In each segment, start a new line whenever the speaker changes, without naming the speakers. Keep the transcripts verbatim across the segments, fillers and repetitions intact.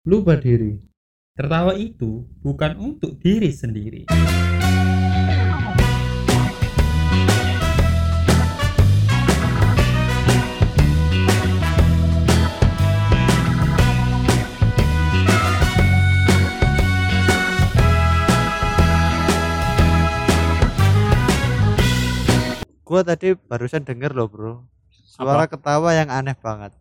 Lupa diri. Tertawa itu bukan untuk diri sendiri.
Gua tadi barusan denger loh bro, suara
Apa?
ketawa yang aneh banget.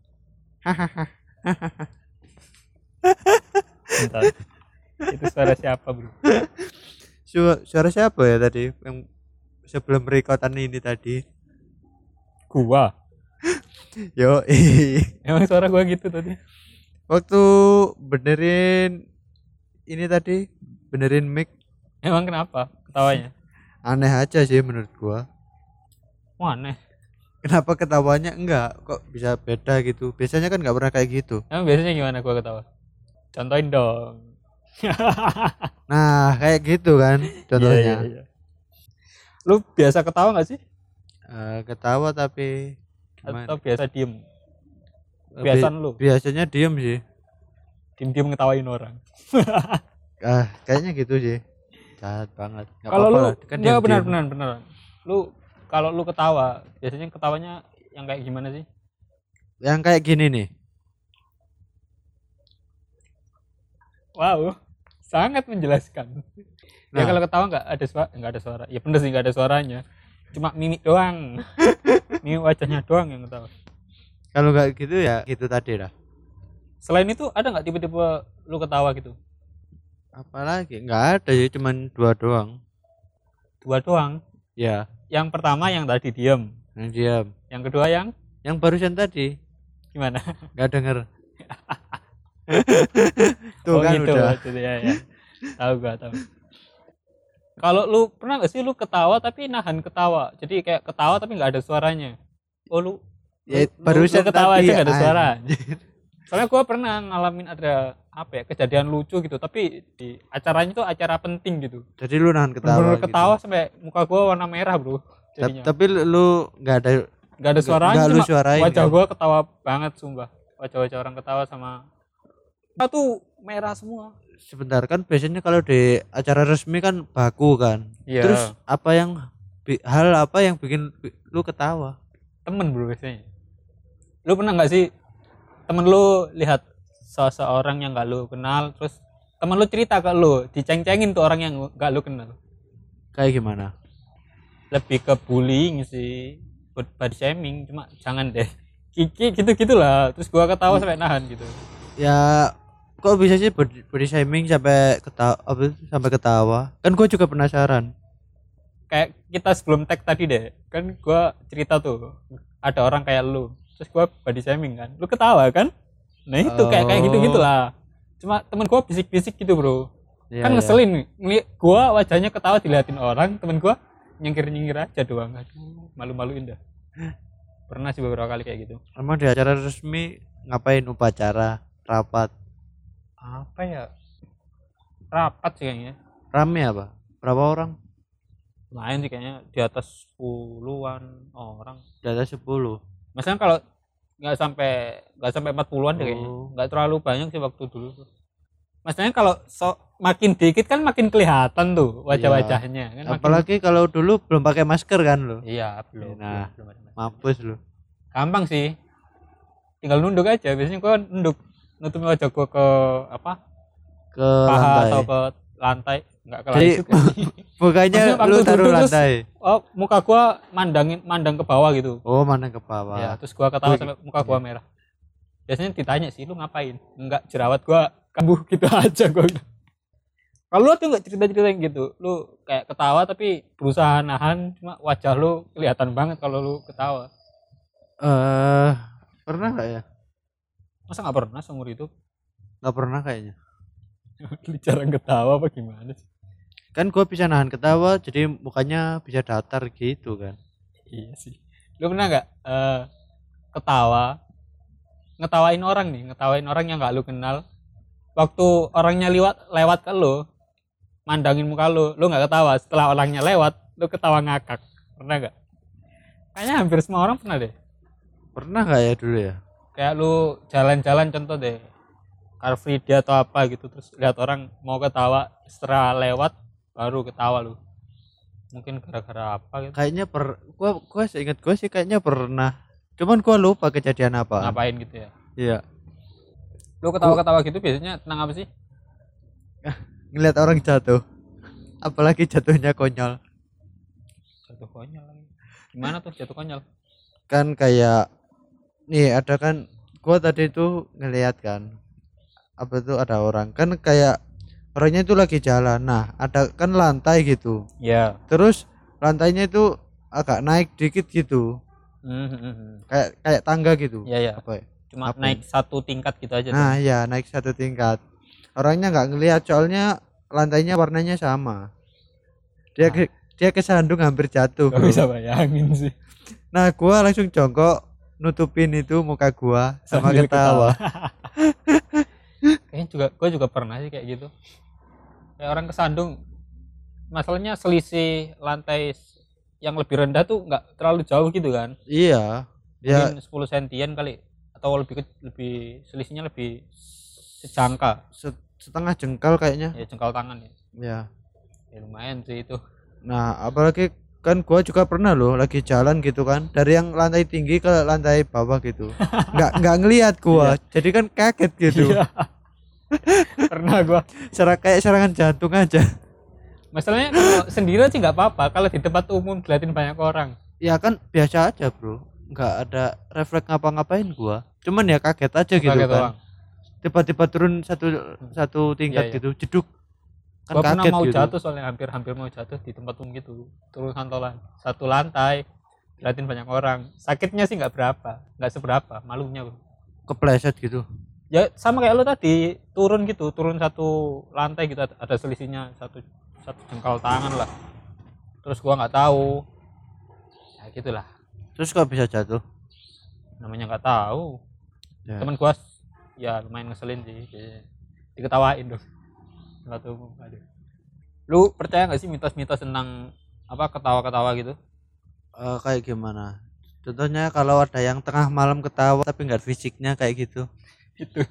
Bentar. Itu suara siapa, bro?
Su- suara siapa ya tadi yang sebelum rekotan ini tadi?
Gua.
Yo,
Emang suara gua gitu tadi.
waktu benerin ini tadi, benerin mic,
Emang kenapa ketawanya?
aneh aja sih menurut gua.
Wah, aneh.
Kenapa ketawanya enggak kok bisa beda gitu? Biasanya kan nggak pernah kayak gitu.
Emang biasanya gimana gua ketawa? Contohin dong.
Nah, kayak gitu kan
Iya,
contohnya.
iya, iya. Lu biasa ketawa gak sih?
Eh, ketawa tapi gimana?
Atau biasa diem?
Eh,
Biasaan
bi-
lu
Biasanya diem sih.
diem-diem ngetawain orang.
Ah, kayaknya gitu sih. Jahat banget. Nggak
Kalau
apa-apa
lu
lah, kan
enggak
diem-diem.
benar benar benar. Lu kalau lu ketawa, biasanya ketawanya yang kayak gimana sih?
Yang kayak gini nih.
Wow, sangat menjelaskan. Ya
Nah,
kalau ketawa nggak ada suara, nggak ada suara. Ya bener sih nggak ada suaranya. Cuma mimik doang. Mimik wajahnya doang yang ketawa.
kalau nggak gitu ya gitu tadi lah.
Selain itu ada nggak tiba-tiba lu ketawa gitu?
Apalagi nggak ada sih, cuman dua doang.
Dua doang.
Ya,
Yang pertama yang tadi diem.
yang diam.
Yang kedua yang
Yang barusan tadi
gimana?
nggak denger. Tuh
Oh
kan
gitu,
udah.
gitu ya, ya. Tahu gua tahu. Kalau lu pernah nggak sih lu ketawa tapi nahan ketawa? Jadi kayak ketawa tapi nggak ada suaranya. Oh lu,
Ya
lu, lu,
barusan
lu ketawa
tadi
aja nggak ada suara.
anjir.
Soalnya gue pernah ngalamin ada apa ya kejadian lucu gitu, tapi di acaranya tuh acara penting gitu.
Jadi lu nahan ketawa
Bener-bener
gitu.
ketawa sampai muka gue warna merah bro.
Ta-
Jadinya
Tapi lu nggak ada
nggak ada
nggak-
suaranya,
nggak lu
cuma
suarain
wajah
kan?
gue ketawa banget sumpah. Wajah-wajah orang ketawa sama kita tuh merah semua.
Sebentar, kan biasanya kalau di acara resmi kan baku kan.
Iya.
Terus apa yang bi- hal apa yang bikin bi- lu ketawa?
Temen bro biasanya. Lu pernah nggak sih temen lu lihat seseorang yang nggak lu kenal, terus temen lu cerita ke lu, diceng-cengin tuh orang yang nggak lu kenal?
Kayak gimana?
Lebih ke bullying sih, body shaming, cuma jangan deh Kiki gitu gitulah, terus gua ketawa sampai nahan gitu.
Ya kok bisa sih body, body shaming sampai ketawa apa itu, sampai ketawa? Kan gue juga penasaran.
Kayak kita sebelum tag tadi deh, kan gua cerita tuh ada orang kayak lu, terus gua body shaming kan, lu ketawa kan? Nah itu kayak kayak gitu gitulah, cuma temen gua bisik-bisik gitu bro.
Ya,
Kan
ya.
ngeselin nih, gua wajahnya ketawa diliatin orang, temen gua nyengir-nyengir aja doang. Aduh, malu-maluin dah. Pernah sih beberapa kali kayak gitu.
Emang di acara resmi ngapain, upacara, rapat?
Apa ya, rapat sih kayaknya.
Rame apa? Berapa orang?
Lumayan sih kayaknya, di atas sepuluhan orang.
Di atas sepuluh.
Maksudnya kalau nggak sampai nggak sampai empat puluhan deh kayaknya.
Oh.
Nggak terlalu banyak sih waktu dulu. Maksudnya kalau so, makin dikit kan makin kelihatan tuh wajah-wajahnya kan. Makin,
Apalagi kalau dulu belum pakai masker kan lo.
iya belum.
Nah,
belum, belum ada masalah.
mampus lo.
Gampang sih. Tinggal nunduk aja. Biasanya gua nunduk nutupin wajah gua ke apa?
Ke
Paha
lantai.
atau ke lantai. Nggak ke
Jadi,
lantai juga.
Bukannya
Maksudnya waktu
lu taruh
duduk terus-
lantai.
Oh, muka gua mandangin mandang ke bawah gitu.
Oh, mana ke bawah.
Ya, terus gua ketawa
Gua-
sampai muka gua merah. Biasanya ditanya sih, lu ngapain? Enggak, jerawat gua kambuh gitu aja gua. bilang. Kalau lu tuh enggak cerita-cerita yang gitu, lu kayak ketawa tapi berusaha nahan, cuma wajah lu kelihatan banget kalau lu ketawa.
Eh, pernah nggak ya?
Masa nggak pernah seumur itu?
Nggak pernah kayaknya.
Lu jarang ketawa apa gimana sih?
Kan gue bisa nahan ketawa, jadi mukanya bisa datar gitu kan.
Iya sih. Lu pernah nggak eh, ketawa, ngetawain orang nih, ngetawain orang yang nggak lu kenal. Waktu orangnya lewat lewat ke lu, mandangin muka lu, lu nggak ketawa. Setelah orangnya lewat, lu ketawa ngakak. Pernah nggak? Kayaknya hampir semua orang pernah deh.
Pernah nggak ya dulu ya?
Kayak lu jalan-jalan contoh deh, Car Free Day atau apa gitu, terus lihat orang mau ketawa setelah lewat baru ketawa lu. Mungkin gara-gara apa gitu.
Kayaknya per gua gua seingat gua sih kayaknya pernah. Cuman gua lupa kejadian apa.
Ngapain gitu ya.
Iya.
Lu ketawa-ketawa gitu biasanya tenang apa sih?
Ngeliat orang jatuh. Apalagi jatuhnya konyol.
Jatuh konyol lagi. Gimana tuh jatuh konyol?
Kan kayak nih ada kan gua tadi tuh ngeliat kan apa tuh ada orang kan kayak orangnya itu lagi jalan. Nah, ada kan lantai gitu.
Ya.
Terus lantainya itu agak naik dikit gitu.
Mm-hmm.
Kayak kayak tangga gitu.
Iya, ya.
Apa ya?
Cuma
Apa
naik
ya?
satu tingkat gitu aja.
Nah,
tuh.
ya naik satu tingkat. Orangnya nggak ngelihat soalnya lantainya warnanya sama. Dia
Ah.
ke, dia kesandung hampir jatuh.
Gak
bro.
bisa bayangin sih.
Nah, gua langsung jongkok nutupin itu muka gua sama
Sambil
ketawa.
Kayaknya juga gue juga pernah sih kayak gitu. Kayak orang kesandung. Masalahnya selisih lantai yang lebih rendah tuh nggak terlalu jauh gitu kan.
Iya. Ya
Mungkin sepuluh sentian kali atau lebih ke- lebih selisihnya lebih sejangka.
set- setengah jengkal kayaknya.
Ya jengkal tangan ya.
Ya.
Ya lumayan sih itu.
Nah, apalagi kan gua juga pernah loh lagi jalan gitu kan dari yang lantai tinggi ke lantai bawah gitu. Nggak nggak ngelihat gua. Jadi kan kaget gitu.
Iya. Pernah gua.
Serang kayak serangan jantung aja.
Masalahnya kalau sendiri sih nggak apa-apa, kalau di tempat umum diliatin banyak orang.
Ya kan biasa aja, Bro. Nggak ada refleks ngapa-ngapain gua. Cuman ya kaget aja gitu
Kaget
kan.
doang.
Tiba-tiba turun satu satu tingkat
Iya, iya.
gitu, jeduk. Kan
Gua pernah
kaget
mau
gitu.
jatuh soalnya hampir-hampir mau jatuh di tempat umum gitu. Turun kantoran satu lantai, diliatin banyak orang. Sakitnya sih nggak berapa, nggak seberapa, malunya bro.
Kepleset gitu.
Ya sama kayak lo tadi turun gitu, turun satu lantai gitu ada selisihnya satu satu jengkal tangan lah. Terus gua nggak tahu, ya gitulah.
Terus kok bisa jatuh?
Namanya nggak tahu.
Ya.
Temen gua ya lumayan ngeselin sih, kayaknya. Diketawain dong. Tempat umum, aduh. Lu percaya nggak sih mitos-mitos tentang apa ketawa-ketawa gitu?
Eh, kayak gimana? Contohnya kalau ada yang tengah malam ketawa tapi nggak fisiknya kayak gitu.
Itu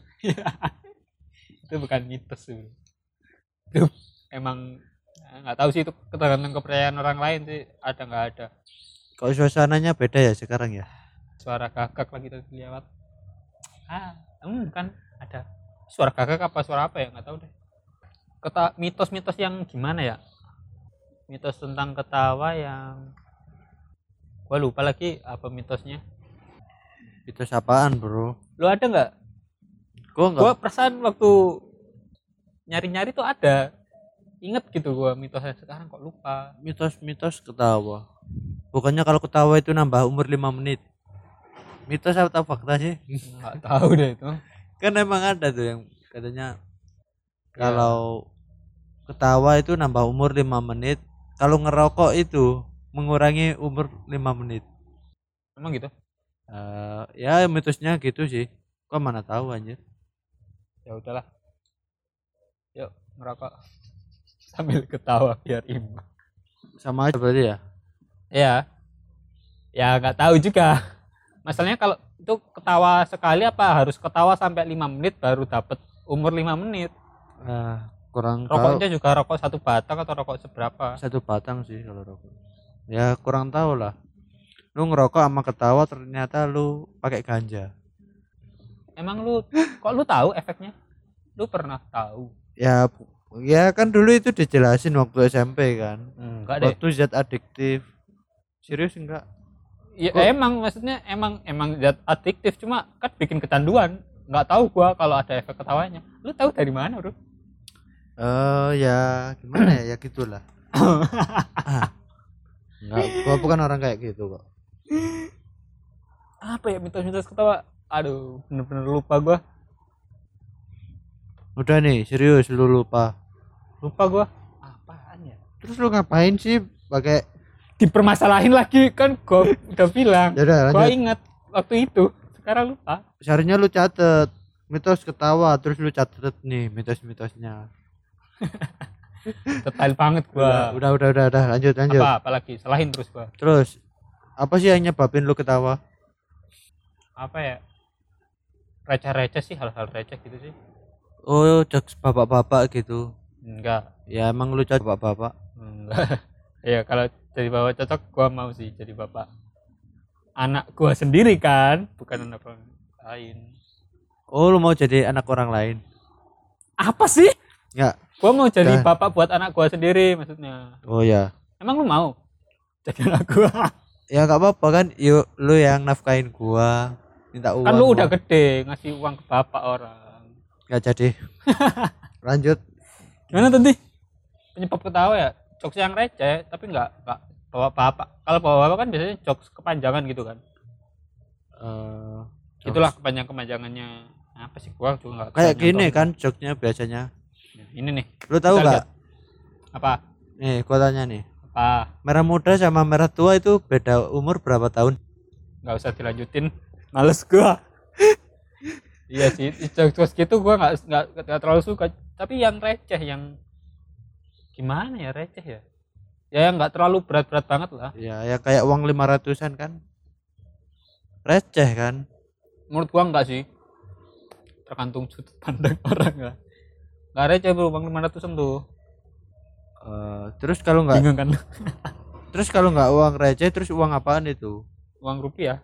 itu bukan mitos sih. Itu emang nggak tahu sih itu tergantung kepercayaan orang lain sih ada nggak ada.
Kok suasananya beda ya sekarang ya?
Suara gagak lagi tadi lewat. Ah, hmm, kan ada suara gagak apa suara apa ya nggak tahu deh. Kata mitos-mitos yang gimana ya? Mitos tentang ketawa yang gua lupa lagi apa mitosnya.
Itu apaan, Bro?
Lu ada nggak?
Gua nggak.
Gua perasaan waktu nyari-nyari tuh ada. Ingat gitu gua mitosnya, sekarang kok lupa.
Mitos-mitos ketawa. Bukannya kalau ketawa itu nambah umur lima menit. Mitos atau fakta sih?
Nggak tahu deh itu.
Kan emang ada tuh yang katanya
Ya.
kalau ketawa itu nambah umur lima menit, kalau ngerokok itu mengurangi umur lima menit.
Emang gitu?
Eh, ya mitosnya gitu sih. Kok mana tahu anjir.
Ya udahlah. Yuk ngerokok sambil ketawa biar imbang.
Sama aja berarti ya.
Ya. Ya nggak tahu juga. Masalahnya kalau itu ketawa sekali apa harus ketawa sampai lima menit baru dapat umur lima menit.
Ah, kurang tahu.
Rokoknya juga rokok satu batang atau rokok seberapa?
Satu batang sih kalau rokok. Ya kurang tahu lah. Lu ngerokok sama ketawa ternyata lu pakai ganja.
Emang lu kok lu tahu efeknya? Lu pernah tahu?
Ya ya kan dulu itu dijelasin waktu S M P kan.
Enggak deh.
Waktu zat adiktif. Serius enggak?
Ya
Kok-
emang maksudnya emang emang zat adiktif cuma kan bikin kecanduan. Nggak tahu gua kalau ada efek ketawanya. Lu tahu dari mana, Bro?
Eh ya gimana ya ya gitulah. Ah, enggak, gua bukan orang kayak gitu kok.
Apa ya mitos-mitos ketawa? Aduh, bener-bener lupa gua.
Udah nih, serius lu lupa.
Lupa gua. Apaan ya?
Terus lu ngapain sih pakai
Dipermasalahin lagi kan gua udah bilang.
ya udah
Gua
lanjut.
ingat waktu itu. Sekarang lupa.
Seharusnya lu catet mitos ketawa terus lu catet nih mitos-mitosnya.
Detail banget gua.
Udah, udah, udah, udah, lanjut, lanjut.
Apa apalagi? Salahin terus gua.
Terus apa sih yang nyebabin lu ketawa?
Apa ya? Receh-receh sih, hal-hal receh gitu sih.
Oh, jokes bapak-bapak gitu.
Enggak.
Ya emang lu cocok bapak-bapak.
Enggak. Ya kalau jadi bapak cocok gua mau sih jadi bapak anak gua sendiri kan, bukan anak orang lain.
Oh, lu mau jadi anak orang lain?
Apa sih?
Enggak.
Gua mau jadi
Dah.
bapak buat anak gua sendiri maksudnya.
Oh ya.
Emang lu mau jadi anak gua?
Ya enggak apa-apa kan, yuk lu yang nafkain gua, minta uang.
Kan lu udah
gua.
gede ngasih uang ke bapak orang.
Enggak jadi. Lanjut.
Gimana tadi? Penyebab ketawa ya jokes yang receh tapi enggak enggak bawa bapak. Kalau bawa bapak kan biasanya jokes kepanjangan gitu kan.
Uh,
Itulah kepanjang-kepanjangannya. Apa sih gua juga enggak
kayak gini kan jokesnya biasanya.
Ini nih.
Lu tahu enggak?
Apa?
Nih, gua tanya nih.
Apa?
Merah muda sama merah tua itu beda umur berapa tahun?
Nggak usah dilanjutin, males gua. Iya sih, jokes gitu gua nggak nggak nggak terlalu suka. Tapi yang receh, yang gimana ya receh ya? Ya yang nggak terlalu berat-berat banget lah.
Ya, ya kayak uang lima ratusan kan? Receh kan?
Menurut gua nggak sih. Tergantung sudut pandang orang lah. Nggak receh bro, bang lima ratusan tuh.
Uh, terus kalau nggak
Bingung kan?
terus kalau nggak uang receh, terus uang apaan itu?
Uang rupiah.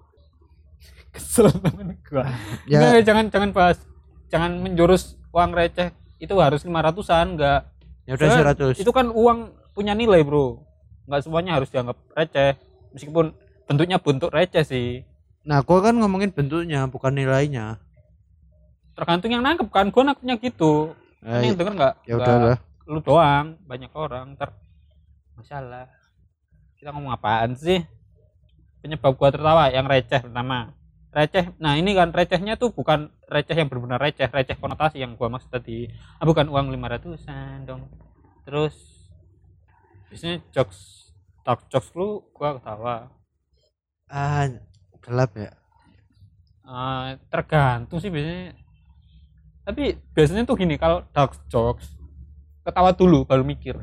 Kesel temen gua.
Ya.
Nggak, jangan jangan bahas, jangan menjurus uang receh itu harus lima ratusan, enggak.
Ya udah seratus.
Itu kan uang punya nilai bro, nggak semuanya harus dianggap receh, meskipun bentuknya bentuk receh sih.
Nah, gua kan ngomongin bentuknya, bukan nilainya.
Tergantung yang nangkep kan, gua nangkepnya gitu.
Eh,
Ini yang denger nggak?
Ya udahlah.
Lu doang, banyak orang ter masalah. Kita ngomong apaan sih? Penyebab gua tertawa yang receh pertama. Receh. Nah, ini kan recehnya tuh bukan receh yang benar-benar receh, receh konotasi yang gua maksud tadi. Ah, bukan uang lima ratusan dong. Terus biasanya jokes talk jokes lu gua ketawa.
Ah, gelap ya.
Uh, tergantung sih biasanya. Tapi biasanya tuh gini, kalau dark jokes ketawa dulu baru mikir.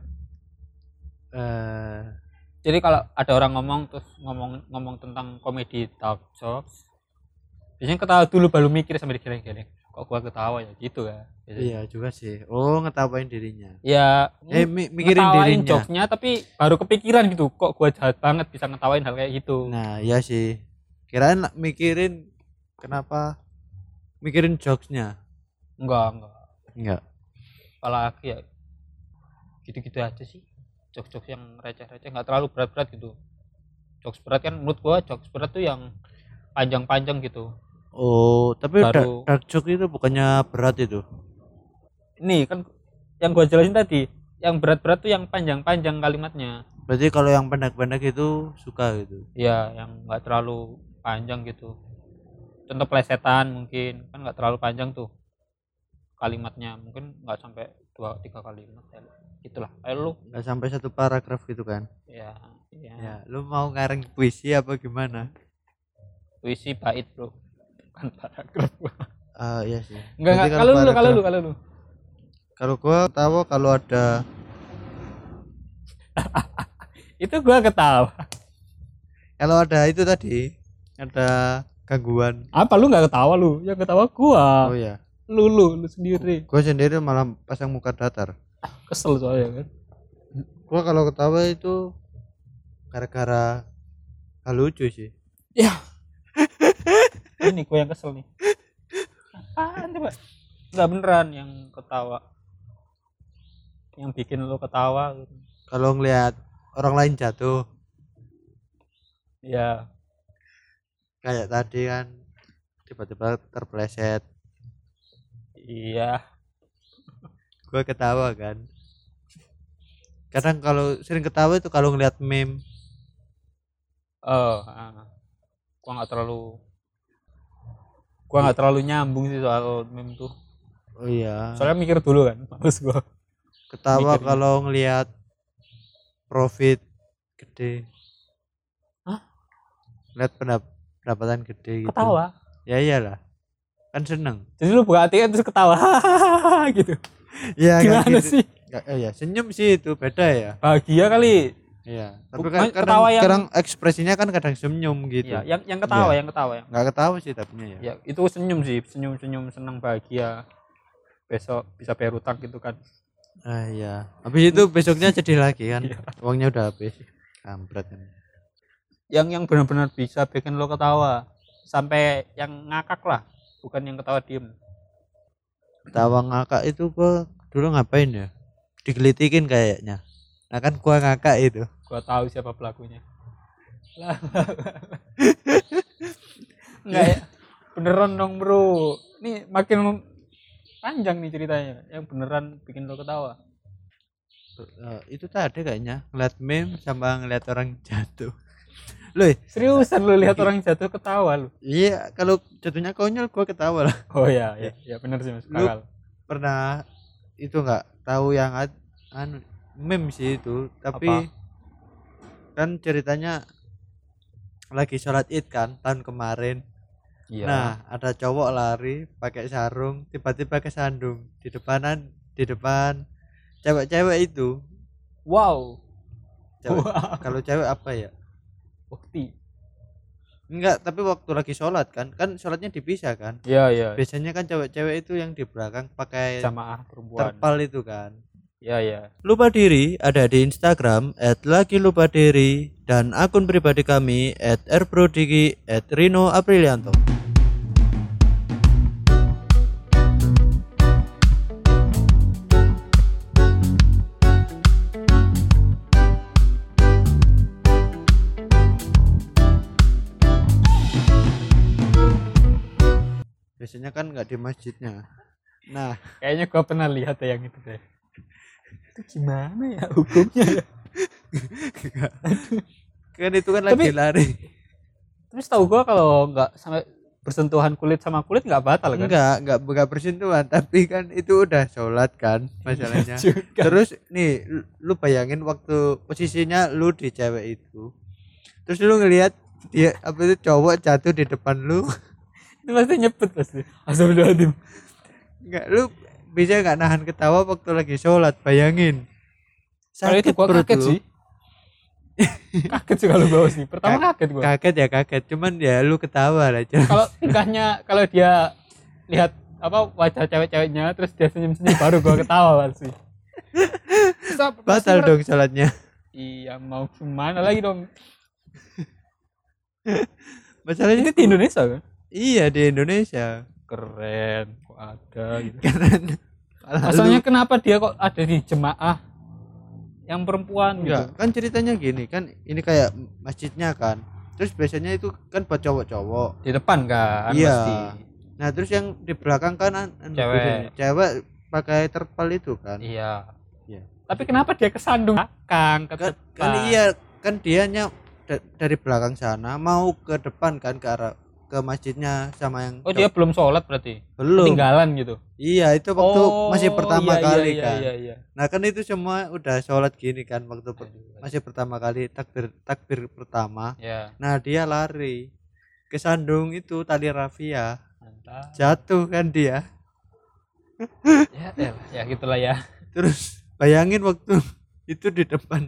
Uh,
Jadi kalau ada orang ngomong terus ngomong ngomong tentang komedi dark jokes, biasanya ketawa dulu baru mikir sampai digeleng-geleng. Kok gua ketawa ya gitu ya. Biasanya.
Iya juga sih. Oh, ngetawain dirinya.
Ya,
eh mi mikirin
ngetawain
dirinya.
jokesnya tapi baru kepikiran gitu. Kok gua jahat banget bisa ngetawain hal kayak gitu.
Nah, iya sih. Kirain mikirin kenapa mikirin jokesnya.
Enggak, enggak.
Enggak.
Apalagi ya gitu-gitu aja sih. Jokes-jokes yang receh-receh, nggak terlalu berat-berat gitu. Jokes berat kan menurut gua jokes berat tuh yang panjang-panjang gitu.
Oh, tapi
Baru...
dark joke itu bukannya berat itu?
Ini kan yang gua jelasin tadi, yang berat-berat tuh yang panjang-panjang kalimatnya.
Berarti kalau yang pendek-pendek itu suka gitu?
Iya, yang nggak terlalu panjang gitu. Contoh plesetan mungkin kan nggak terlalu panjang tuh kalimatnya, mungkin nggak sampai dua tiga kalimat ya. Itulah, ayo lu
nggak sampai satu paragraf gitu kan?
Ya, ya.
Ya, lu mau ngarang puisi apa gimana?
Puisi bait bro, bukan paragraf.
Ah uh, iya sih.
Enggak enggak. Kalau lu kalau lu kalau lu.
Kalau gua ketawa kalau ada.
Itu gua ketawa.
Kalau ada itu tadi ada gangguan.
Apa lu nggak ketawa lu? Yang ketawa gua.
Oh ya.
Lu lu lu sendiri.
Gua sendiri malah pasang muka datar.
Kesel soalnya kan.
Gua kalau ketawa itu gara-gara hal lucu sih.
Ya. Ini gua yang kesel nih. Apaan coba? Enggak beneran yang ketawa. Yang bikin lu ketawa gitu.
Kalau ngelihat orang lain jatuh.
Ya.
Kayak tadi kan tiba-tiba terpleset.
Iya.
Gue ketawa kan. Kadang kalau sering ketawa itu kalau ngeliat meme.
Oh, ah. Gua nggak terlalu, gua nggak terlalu nyambung sih soal meme tuh.
Oh iya.
Soalnya mikir dulu kan, males gua.
Ketawa mikirnya kalau ngeliat profit gede.
Hah?
Lihat pendapatan gede gitu.
Ketawa?
Ya iyalah. Kan seneng.
Jadi lu buka hati kan terus ketawa gitu.
Iya,
gimana
gitu.
sih?
Gak, oh ya, senyum sih itu beda ya.
Bahagia kali.
Iya. Tapi
Bukan,
kan kadang,
ketawa yang...
kadang ekspresinya kan kadang senyum gitu.
Iya, yang yang ketawa,
ya.
yang ketawa yang.
Enggak ketawa sih tapi ya.
Ya, itu senyum sih, senyum-senyum senang bahagia. besok bisa bayar utang gitu kan.
Ah iya. Habis itu besoknya sedih lagi kan.
Iya.
Uangnya udah habis. Kampret kan.
Yang yang benar-benar bisa bikin lo ketawa sampai yang ngakak lah, bukan yang ketawa diem.
Ketawa ngakak itu gua dulu ngapain ya? Digelitikin kayaknya. Nah kan gua ngakak itu.
Gua tahu siapa pelakunya. Lah. Enggak ya. Beneran dong, Bro. Ini makin panjang nih ceritanya. Yang beneran bikin lo ketawa.
Uh, itu tadi kayaknya ngeliat meme sama ngeliat orang jatuh. Loh,
seriusan lu lihat orang jatuh ketawa lu?
Iya, kalau jatuhnya konyol gua ketawa lah.
Oh iya, iya, ya benar sih Mas.
Lu
Akal.
pernah itu enggak tahu yang ad, anu meme sih itu, tapi
Apa?
kan ceritanya lagi sholat Id kan tahun kemarin.
Iya.
Nah, ada cowok lari pakai sarung, tiba-tiba kesandung di depanan di depan cewek-cewek itu.
Wow.
Cewek,
Wow.
kalau cewek apa ya?
Bukti.
Enggak, tapi waktu lagi sholat kan, kan sholatnya dipisah kan.
Iya, iya.
Biasanya kan cewek-cewek itu yang di belakang pakai
Jamaah perempuan.
terpal itu kan.
Iya, iya.
Lupa Diri ada di Instagram et lagi lupa diri dan akun pribadi kami et erprodigi et rino aprilianto. Biasanya kan nggak di masjidnya. Nah,
kayaknya gua pernah lihat ya yang itu deh. Itu gimana ya hukumnya ya?
Kan itu kan lagi
Tapi-
lari.
Terus tahu gua kalau nggak sampai bersentuhan kulit sama kulit nggak batal kan?
Enggak, enggak enggak bersentuhan, tapi kan itu udah sholat kan masalahnya.
Juga.
Terus nih lu- lu bayangin waktu posisinya lu di cewek itu. Terus lu ngelihat dia apa itu cowok jatuh di depan lu.
Itu pasti nyepet pasti. Astagfirullahaladzim.
Enggak, lu bisa enggak nahan ketawa waktu lagi sholat, bayangin.
Kalau itu gua
perut
kaget
lu.
sih. Kaget sih kalau gua sih. Pertama
Ka-
kaget gua.
Kaget ya kaget, cuman ya lu ketawa lah. Cuma.
Kalau enggaknya kalau dia lihat apa wajah cewek-ceweknya terus dia senyum-senyum baru gua ketawa pasti. Terus,
Batal
pasti-
dong sholatnya.
Iya, mau gimana lagi dong?
Masalahnya
Itu di Indonesia kan?
iya di Indonesia.
Keren, kok ada gitu.
Karena
Masalahnya kenapa dia kok ada di jemaah yang perempuan gitu?
enggak, kan ceritanya gini kan, ini kayak masjidnya kan. Terus biasanya itu kan buat cowok-cowok.
Di depan kan
Iya.
pasti.
Nah, terus yang di belakang kan an- an-
Cewek.
biasanya cewek pakai terpal itu kan.
Iya.
Iya.
Tapi kenapa dia kesandung belakang ke
Kan,
depan?
kan iya, kan dianya da- dari belakang sana mau ke depan kan ke arah ke masjidnya sama yang
Oh, dia belum sholat berarti.
belum.
Ketinggalan gitu.
Iya, itu waktu
Oh,
masih pertama
iya,
kali
iya,
kan.
Iya, iya,
Nah, kan itu semua udah sholat gini kan waktu per-
iya.
masih pertama kali takbir takbir pertama.
Ya,
Nah, dia lari kesandung itu tali rafia,
mantap.
jatuh kan dia.
Ya, ya, ya gitulah ya.
Terus bayangin waktu itu di depan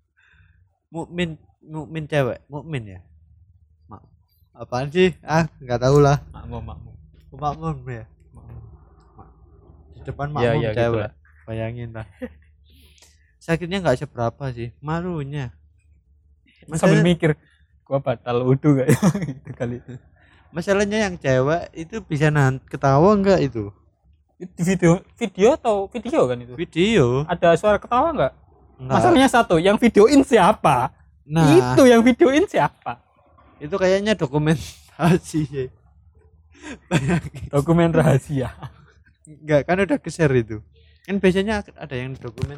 mukmin mukmin cewek, mukmin ya. Mak, apaan sih? Ah, nggak tahu lah.
Makmum, makmum.
Makmum ya.
makmum.
Di depan
Iya,
makmum
iya,
cewek.
gitulah.
Bayangin lah. Sakitnya nggak seberapa sih, malunya.
Sambil
Masalah-
mikir, gua batal wudhu gak ya? Gitu kali.
Masalahnya yang cewek itu bisa nahan ketawa nggak itu?
Itu video, video atau video kan itu?
Video.
Ada suara ketawa nggak?
Nggak.
Masalahnya satu, yang videoin siapa?
Nah,
Itu yang videoin siapa?
itu kayaknya dokumentasi ya. Bayangin.
Dokumen rahasia.
Enggak, kan udah ke-share itu. Kan biasanya ada yang dokumen.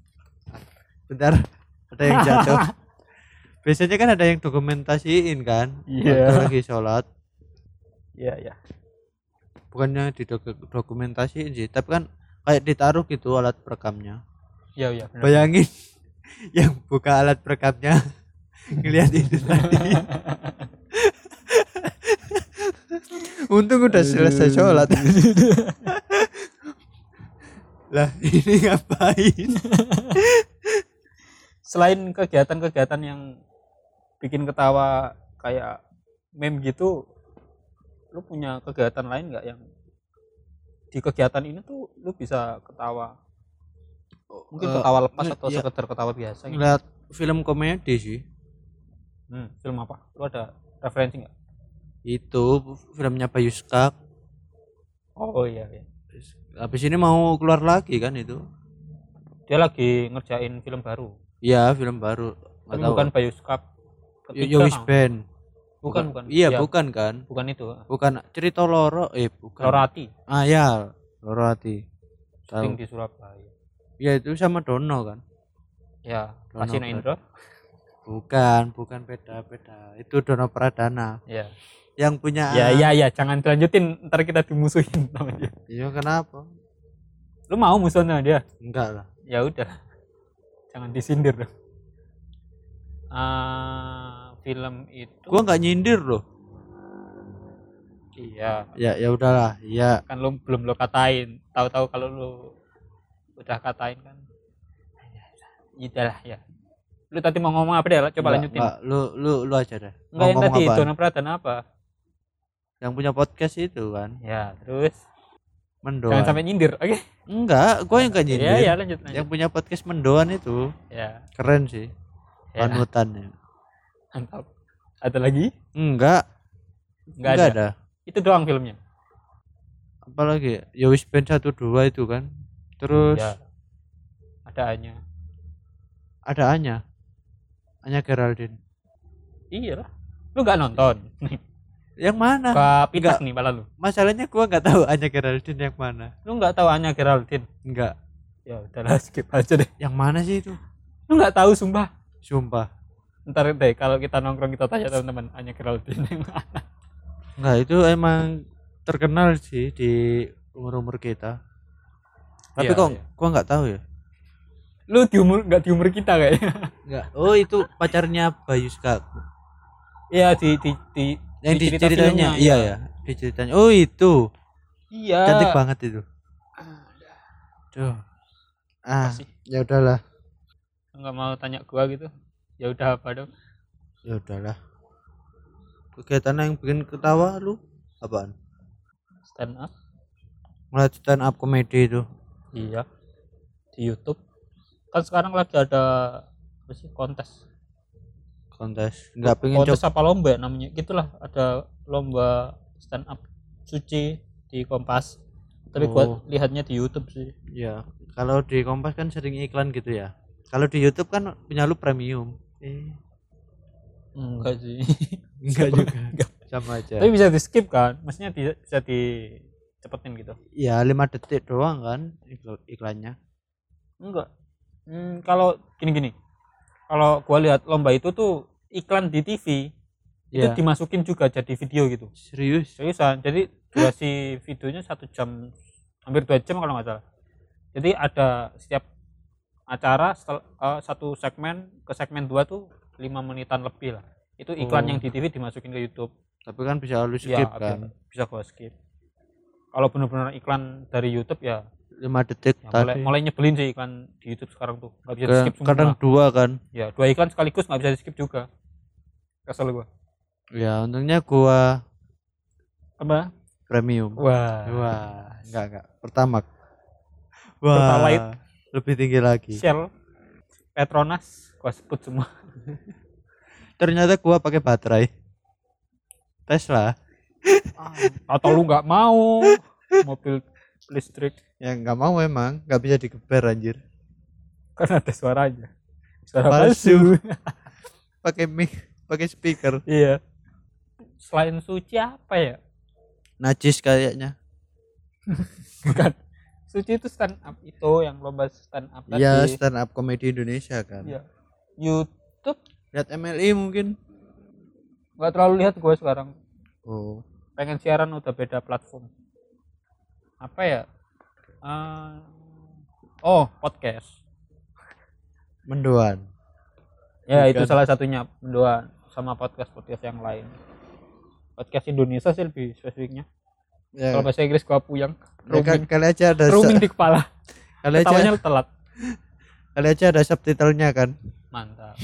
Bentar, ada yang jatuh. Biasanya kan ada yang dokumentasiin kan?
Iya.
Waktu lagi sholat.
Iya, iya.
Bukannya didokumentasiin sih, tapi kan kayak ditaruh gitu alat perekamnya.
Iya, iya. benar.
Bayangin yang buka alat perekamnya ngelihat itu tadi. Untung udah selesai sholat. Lah ini ngapain?
Selain kegiatan-kegiatan yang bikin ketawa kayak meme gitu, lu punya kegiatan lain nggak yang di kegiatan ini tuh lu bisa ketawa, mungkin
Eh,
ketawa lepas
nge-
atau
ya,
sekedar ketawa biasa gitu.
ngeliat film komedi sih.
Hmm, film apa? Lu ada referensi nggak?
Itu filmnya Bayu Skak.
Oh iya, iya.
Habis ini mau keluar lagi kan itu.
Dia lagi ngerjain film baru.
Iya, film baru. Nggak
Tapi
tahu.
bukan Bioskop ketiga.
Yowis
kan?
Band.
Bukan, bukan.
Iya,
Ya,
bukan kan?
bukan itu.
Bukan cerita loro, eh bukan.
Lorati,
Ah ya, Lorati.
syuting
Tahu.
di Surabaya.
Ya itu sama Dono kan?
Ya,
Dono
Kasina Indro.
Bukan, bukan beda-beda. Itu Dono Pradana.
Ya.
Yang punya
Ya, ya, ya, jangan dilanjutin, ntar kita dimusuhin sama dia.
Iya, kenapa?
Lu mau musuhnya dia?
Enggak lah.
Ya udah. Jangan disindir dong. Ah, film itu.
Gua nggak nyindir loh.
Iya,
Ya ya udahlah. Iya.
kan lu belum lo katain. Tahu-tahu kalau lu udah katain kan. Udahlah ya. Lu tadi mau ngomong apa deh? Coba
Enggak,
lanjutin.
enggak. Lu lu lu aja deh.
Enggak, yang
Ngomong
tadi
apaan?
Dono Pradana apa?
Yang punya podcast itu kan.
Ya, terus
Mendoan.
jangan sampai nyindir, oke?
Enggak, gua yang enggak nyindir.
Iya, ya, lanjut, lanjut.
Yang punya podcast Mendoan itu
Ya,
keren sih.
ya,
Panutannya.
mantap. Ada lagi?
Enggak,
Enggak
enggak
ada.
ada.
Itu doang filmnya.
Apalagi Yowis Band satu dua itu kan. Terus
Ya. Ada hanya.
ada Anya. Anya Geraldine.
Iya lah. Lu enggak nonton.
Yang mana?
Ke pitas
Enggak.
nih malah lu.
Masalahnya gua enggak tahu Anya Geraldine yang mana.
Lu enggak tahu Anya Geraldine.
Enggak.
Ya udahlah, skip aja deh.
Yang mana sih itu?
Lu enggak tahu sumpah.
Sumpah.
Ntar deh kalau kita nongkrong kita tanya teman-teman Anya Geraldine yang mana.
Enggak, itu emang terkenal sih di umur-umur kita. Tapi
Iya,
kok
iya.
gua enggak tahu ya.
Lu di umur enggak di umur kita kayaknya.
Enggak. Oh, itu pacarnya Bayu Skak.
Iya, di di di
Yang
di
di
cerita
ceritanya,
filmnya,
iya ya. Di ceritanya. Oh, itu.
Iya.
Cantik banget itu. Tuh. Ah,
Apa sih?
ya udahlah.
Enggak mau tanya gua gitu. Ya udah apa dong?
Ya udahlah. Kegiatan yang bikin ketawa lu apaan?
Stand up.
Ngeliat stand up komedi itu.
Iya. Di YouTube. Kan sekarang lagi ada apa sih kontes.
Kontes. Enggak pengen
Kontes
coba.
apa lomba namanya? Gitulah, ada lomba stand up suci di Kompas. Tapi
Oh.
gua lihatnya di YouTube sih.
Ya, kalau di Kompas kan sering iklan gitu ya. Kalau di YouTube kan punya lu premium. Eh,
Enggak sih.
enggak juga.
Enggak.
Sama aja.
Tapi bisa di skip kan? Maksudnya di, bisa dicepetin gitu.
Ya, lima detik doang kan ikl- iklannya.
Enggak. Hmm, kalau gini-gini. Kalau gua lihat lomba itu tuh iklan di T V itu
Ya,
dimasukin juga jadi video gitu.
serius.
Seriusan. Jadi durasi videonya satu jam, hampir dua jam kalau nggak salah. Jadi ada setiap acara setel, eh, satu segmen ke segmen dua tuh lima menitan lebih lah. Itu iklan
Oh.
yang di T V dimasukin ke YouTube.
Tapi kan bisa lu
Ya,
skip kan.
bisa gua skip. Kalau benar-benar iklan dari YouTube ya,
lima detik
ya mulai,
tadi.
mulai nyebelin sih iklan di YouTube sekarang tuh. Nggak bisa di
Kadang,
skip semua.
kadang dua kan.
Ya, dua iklan sekaligus nggak bisa di skip juga. Kesel gua.
Ya, untungnya gua
Apa?
premium.
Wah.
Wah, enggak enggak. Pertama.
Pertalite.
Wah, lebih tinggi lagi.
Shell, Petronas, gua sebut semua.
Ternyata gua pakai baterai Tesla.
Atau lu nggak mau mobil listrik
Ya nggak mau emang, nggak bisa digeber anjir.
kan ada suaranya. Suara
Palsu.
palsu.
Pakai mic, pakai speaker.
Iya. Selain suci apa ya?
Najis kayaknya.
Bukan. Suci itu stand up itu yang lomba stand up tadi.
Iya, stand up komedi Indonesia kan.
Iya. YouTube
Lihat M L I mungkin.
nggak terlalu lihat gue sekarang.
Oh,
Pengen siaran udah beda platform. Apa ya? Eh, oh, podcast.
mendoan.
Ya,
Bukan.
itu salah satunya mendoan sama podcast-podcast yang lain. Podcast Indonesia sih lebih spesifiknya.
Ya,
Kalau bahasa Inggris gua puyang.
ya, ka-
Roaming,
kali aja ada
roaming
su-
di kepala.
kali aja
Ketawanya telat.
kali aja ada subtitlenya kan.
Mantap.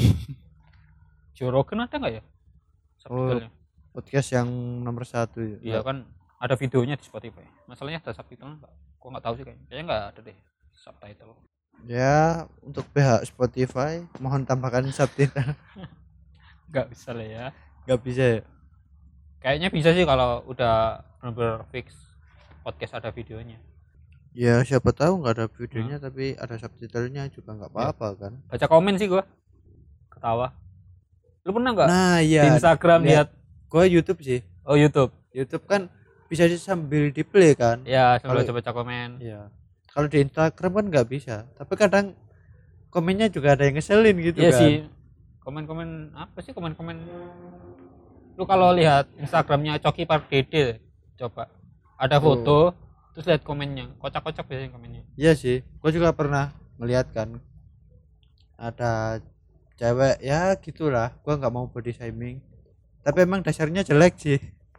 Joe Rogan ada nggak ya? Subtitlenya.
Podcast yang nomor satu.
Iya kan ada videonya di Spotify. Masalahnya ada subtitle enggak? Gua nggak tahu sih kayaknya. Kayaknya nggak ada deh subtitle.
Ya, untuk pihak Spotify mohon tambahkan subtitle.
Nggak bisa lah ya.
Nggak bisa ya?
Kayaknya bisa sih kalau udah benar-benar fix podcast ada videonya.
Ya siapa tahu nggak ada videonya hmm. tapi ada subtitlenya juga nggak apa-apa ya. Kan
baca komen sih gua ketawa. Lu pernah nggak
nah iya
di Instagram lihat?
Gua YouTube sih.
Oh YouTube.
YouTube kan bisa sambil di play kan
ya sambil baca-baca komen.
Iya. Kalau di Instagram kan nggak bisa, tapi kadang komennya juga ada yang ngeselin gitu
iya
kan.
Iya sih. Komen-komen apa sih komen-komen? Lu kalau lihat Instagramnya Coki Pardede coba. Ada foto, oh. Terus lihat komennya, kocak-kocak biasanya komennya.
Iya sih, gua juga pernah melihat kan. Ada cewek ya gitulah, gua nggak mau body shaming. Tapi emang dasarnya jelek sih.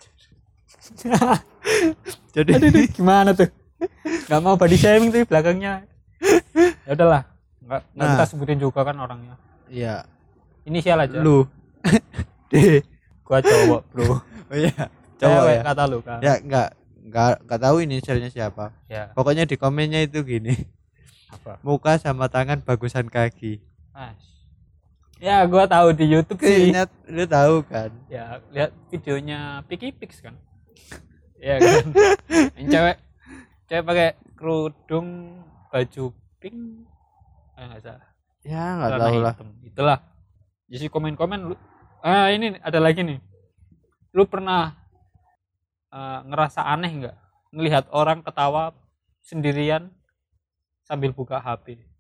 Jadi
aduh, aduh, gimana tuh? Nggak mau body shaming tuh belakangnya. Ya udahlah, nggak nggak nah, kita sebutin juga kan orangnya.
Iya.
Inisial aja.
Lu. D.
Gua cowok, bro.
Oh iya. Cowok ya.
Kata lu kan.
Ya enggak enggak enggak tahu inisialnya siapa.
Ya.
Pokoknya di komennya itu gini.
Apa?
Muka sama tangan bagusan kaki.
Mas. Ya, gua tahu di YouTube sih.
Ingat, lu tahu kan?
Ya, lihat videonya Piki Pix kan. Iya kan. Yang cewek cewek pakai kerudung baju pink. Eh enggak salah.
Ya, enggak tahu lah.
Itulah. Jadi komen-komen lu. Ah, ini ada lagi nih. Lu pernah uh, ngerasa aneh enggak ngelihat orang ketawa sendirian sambil buka H P? Eh,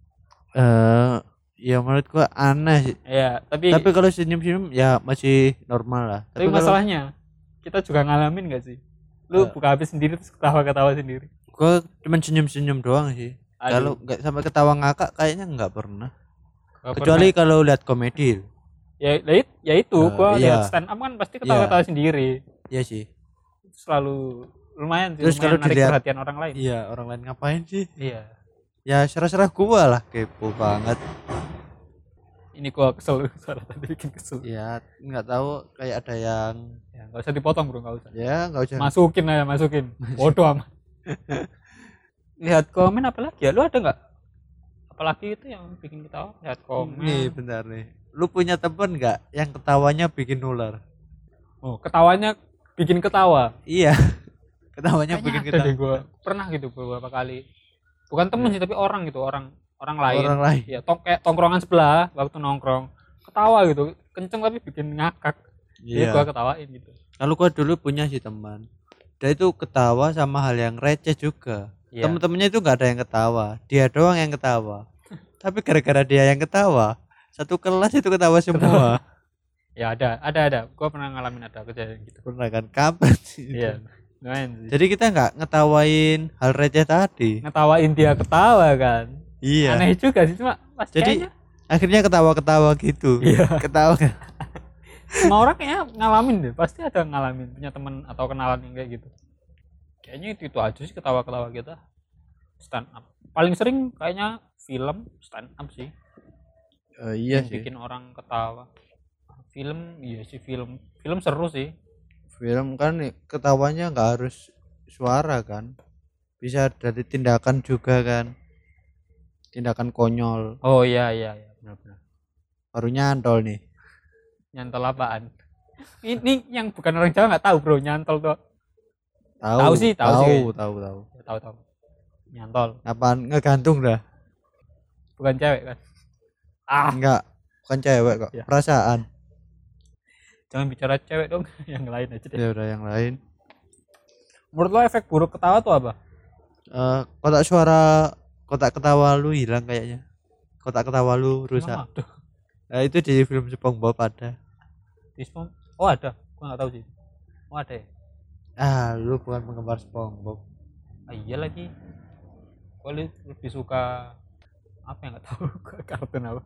uh, ya menurut gua aneh sih.
Ya, tapi
Tapi kalau senyum-senyum ya masih normal lah.
Tapi, tapi masalahnya kalau... kita juga ngalamin enggak sih? Lu uh, buka H P sendiri terus ketawa-ketawa sendiri.
Gua cuma senyum-senyum doang sih. Kalau enggak sampai ketawa ngakak kayaknya enggak pernah. Gak Kecuali pernah. Kalau lihat komedi.
Ya, ya itu uh, gua iya. lihat stand up kan pasti ketawa-ketawa iya. sendiri.
Iya sih.
Selalu lumayan sih.
Terus
lumayan
kalau dilihat
perhatian orang lain.
Iya, orang lain ngapain sih?
Iya.
Ya serah-serah gua lah, kepo banget.
Ini gua kesel, suara tadi bikin kesel.
Iya, enggak tahu kayak ada yang
ya enggak usah dipotong, Bro, enggak usah.
Ya, enggak usah.
Masukin aja, masukin. Bodoh amat. Lihat komen apalagi ya? Lu ada enggak? Apalagi itu yang bikin ketawa? Lihat komen.
Nih, bentar nih. Lu punya temen enggak yang ketawanya bikin nular?
Oh, ketawanya bikin ketawa.
Iya. Ketawanya
kayaknya
bikin
ada
ketawa.
Deh gua pernah gitu beberapa kali. Bukan temen ya. sih, tapi orang gitu, orang orang lain.
Orang lain.
Ya, tong kayak tongkrongan sebelah waktu nongkrong. Ketawa gitu, kenceng tapi bikin ngakak. Jadi yeah. gua ketawain gitu.
Kalau gua dulu punya sih teman. Dia itu ketawa sama hal yang receh juga. Yeah. Temen-temennya itu enggak ada yang ketawa. Dia doang yang ketawa. Tapi gara-gara dia yang ketawa, satu kelas itu ketawa semua.
Ya ada, ada ada. Gua pernah ngalamin ada kejadian gitu.
Pernah kan? Kapan sih?
Iya. Main.
Jadi kita nggak ngetawain hal receh tadi.
Ngetawain dia ketawa kan.
Iya.
Aneh juga sih cuma pas
jadi
kayaknya...
akhirnya ketawa-ketawa gitu.
Iya.
Ketawa.
Semua orang kayaknya ngalamin deh. Pasti ada ngalamin punya teman atau kenalan yang kayak gitu. Kayaknya itu, itu aja sih ketawa-ketawa kita. Stand up. Paling sering kayaknya film stand up sih.
Uh, iya
yang
sih.
Bikin orang ketawa. Film iya sih film. Film seru sih.
Film kan ketawanya nggak harus suara kan, bisa dari tindakan juga kan, tindakan konyol.
Oh iya iya iya benar-benar.
Baru nyantol nih.
Nyantol apaan? Ini yang bukan orang Jawa nggak tahu bro nyantol tuh.
Tahu.
Tahu sih tahu
tahu,
sih.
Tahu tahu.
Tahu tahu. Nyantol.
Apaan ngegantung dah?
Bukan cewek kan?
Ah enggak, bukan cewek kok. Ya. Perasaan.
Jangan bicara cewek dong, yang lain aja deh.
Ya udah yang lain.
Menurut lo efek buruk ketawa tuh apa?
Uh, kotak suara kotak ketawa lu hilang kayaknya. Kotak ketawa lu rusak. Nah, itu di film SpongeBob ada.
Di Spong? Oh ada, gua nggak tahu sih. Oh ada ya?
Ah, lu bukan penggemar SpongeBob.
Ah, iya lagi. Gua lebih suka apa yang nggak tahu kartun apa.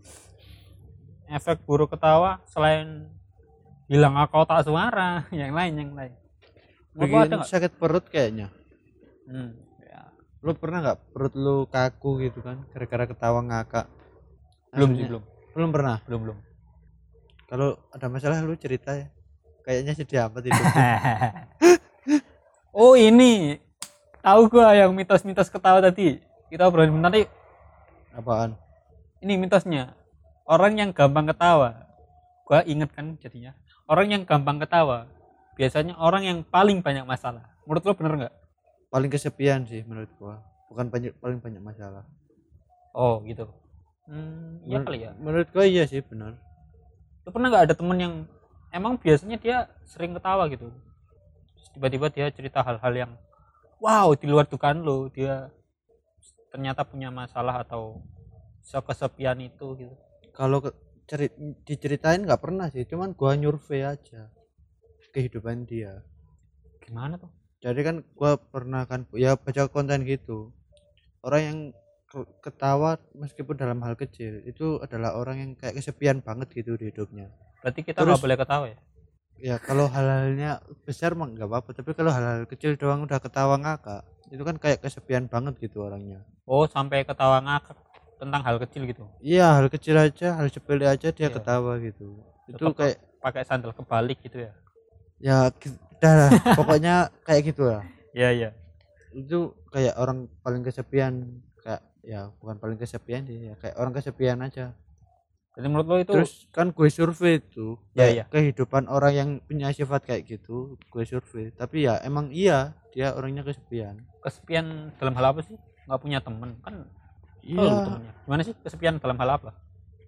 Efek buruk ketawa selain hilang kotak suara, yang lain yang lain.
Bikin sakit perut kayaknya.
Hmm, ya.
Lu pernah nggak perut lu kaku gitu kan gara-gara ketawa ngakak?
Belum sih belum.
Belum pernah.
Belum belum.
Kalau ada masalah lu cerita ya. Kayaknya sedih amat itu.
Oh ini tahu gua yang mitos-mitos ketawa tadi. Kita obrolin bentar nih.
Apaan?
Ini mitosnya. Orang yang gampang ketawa. Gua inget kan jadinya. Orang yang gampang ketawa biasanya orang yang paling banyak masalah. Menurut lo bener nggak?
Paling kesepian sih menurut gua. Bukan banyak paling banyak masalah.
Oh gitu. Hmm, iya
Men-
kali ya.
Menurut gua iya sih benar.
Lo pernah nggak ada temen yang emang biasanya dia sering ketawa gitu? Terus tiba-tiba dia cerita hal-hal yang wow di luar dugaan lo, dia ternyata punya masalah atau kesepian itu gitu.
Kalau ke- ceri- diceritain nggak pernah sih, cuman gua nyurvei aja kehidupan dia.
Gimana tuh?
Jadi kan gua pernah kan ya baca konten gitu. Orang yang ke- ketawa meskipun dalam hal kecil itu adalah orang yang kayak kesepian banget gitu di hidupnya.
Berarti kita
Terus-
nggak boleh ketawa ya?
Ya kalau hal-halnya besar mah nggak apa-apa, tapi kalau hal-hal kecil doang udah ketawa ngakak, itu kan kayak kesepian banget gitu orangnya.
Oh sampai ketawa ngakak tentang hal kecil gitu.
Iya, hal kecil aja, hal sepele aja dia
Iya.
ketawa gitu. Itu
Tetap
kayak
pakai sandal kebalik gitu ya?
ya ki- udah lah, pokoknya kayak gitu lah.
Iya iya.
Itu kayak orang paling kesepian, kayak ya bukan paling kesepian sih, ya kayak orang kesepian aja.
Jadi menurut lo itu
Terus kan gue survei itu
Ya,
kayak
ya.
kehidupan orang yang punya sifat kayak gitu, gue survei. Tapi ya emang iya, dia orangnya kesepian.
kesepian dalam hal apa sih? Nggak punya temen kan?
Iya,
Oh, temennya. Gimana sih kesepian dalam hal apa?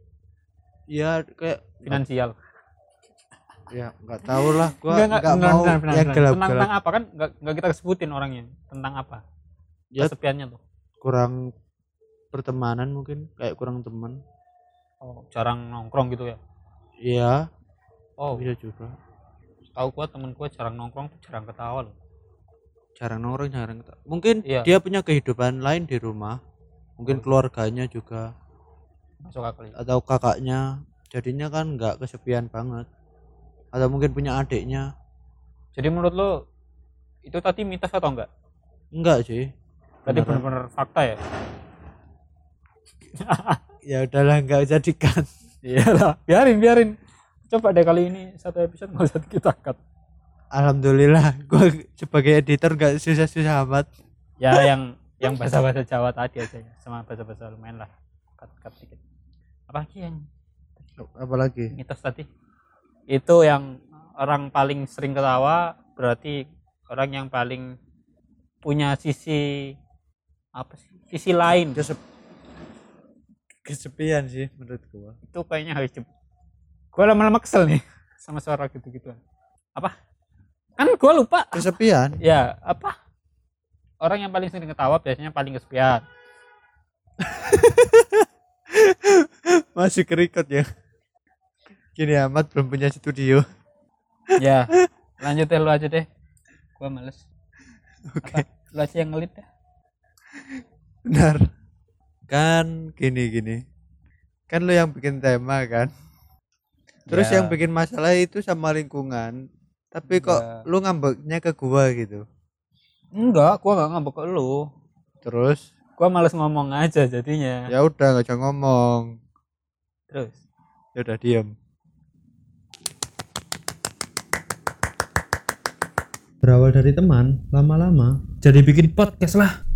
iya kayak
Finansial.
ya nggak tahu lah, gua
Nggak,
nggak
nggak, beneran,
mau
beneran, beneran,
yang
beneran. Tentang,
gelap-gelap.
tentang apa kan? Nggak, nggak kita sebutin orangnya. Tentang apa?
Ya
Kesepiannya tuh.
kurang pertemanan mungkin, kayak kurang teman.
Oh, jarang nongkrong gitu ya?
Iya,
Oh,
bisa juga.
tahu gua temen gua jarang nongkrong tuh jarang ketawa loh.
Jarang nongkrong, jarang ketawa. Mungkin
Iya.
dia punya kehidupan lain di rumah, mungkin
Oh.
keluarganya juga
Masuk akal ya.
atau kakaknya, jadinya kan nggak kesepian banget. Atau mungkin punya adiknya.
Jadi menurut lo itu tadi mitos atau enggak?
Enggak sih.
Berarti
Beneran.
benar-benar fakta ya?
Ya udahlah, nggak usah dikat.
Iyalah, biarin biarin. Coba deh kali ini satu episode nggak usah kita cut.
Alhamdulillah, gua sebagai editor nggak susah-susah amat.
Ya yang yang bahasa-bahasa Jawa tadi aja ya, sama bahasa-bahasa lumayan lah. Cut cut dikit. Apa lagi yang
Apalagi?
mitos tadi? Itu yang orang paling sering ketawa berarti orang yang paling punya sisi apa sih? Sisi lain.
Kesep- kesepian sih menurut gua.
Itu kayaknya harus cepet. Gue lama-lama kesel nih sama suara gitu-gitu. Apa? Kan gue lupa.
Kesepian.
Ya, apa? Orang yang paling sering ketawa biasanya paling kesepian.
Masih kerikot ya. Gini amat belum punya studio.
Ya, lanjut ya lu aja deh. Gue males.
Oke.
Apa? Lu aja yang ngelit ya.
Benar. Kan gini gini. Kan lu yang bikin tema kan. Terus
Ya.
yang bikin masalah itu sama lingkungan. Tapi kok
Ya.
lu ngambeknya ke gua gitu.
Enggak, gue gak ngambek ke lu.
Terus
Gue males ngomong aja jadinya.
ya udah nggak usah ngomong.
Terus.
Ya udah diem.
Berawal dari teman, lama-lama jadi bikin podcast lah.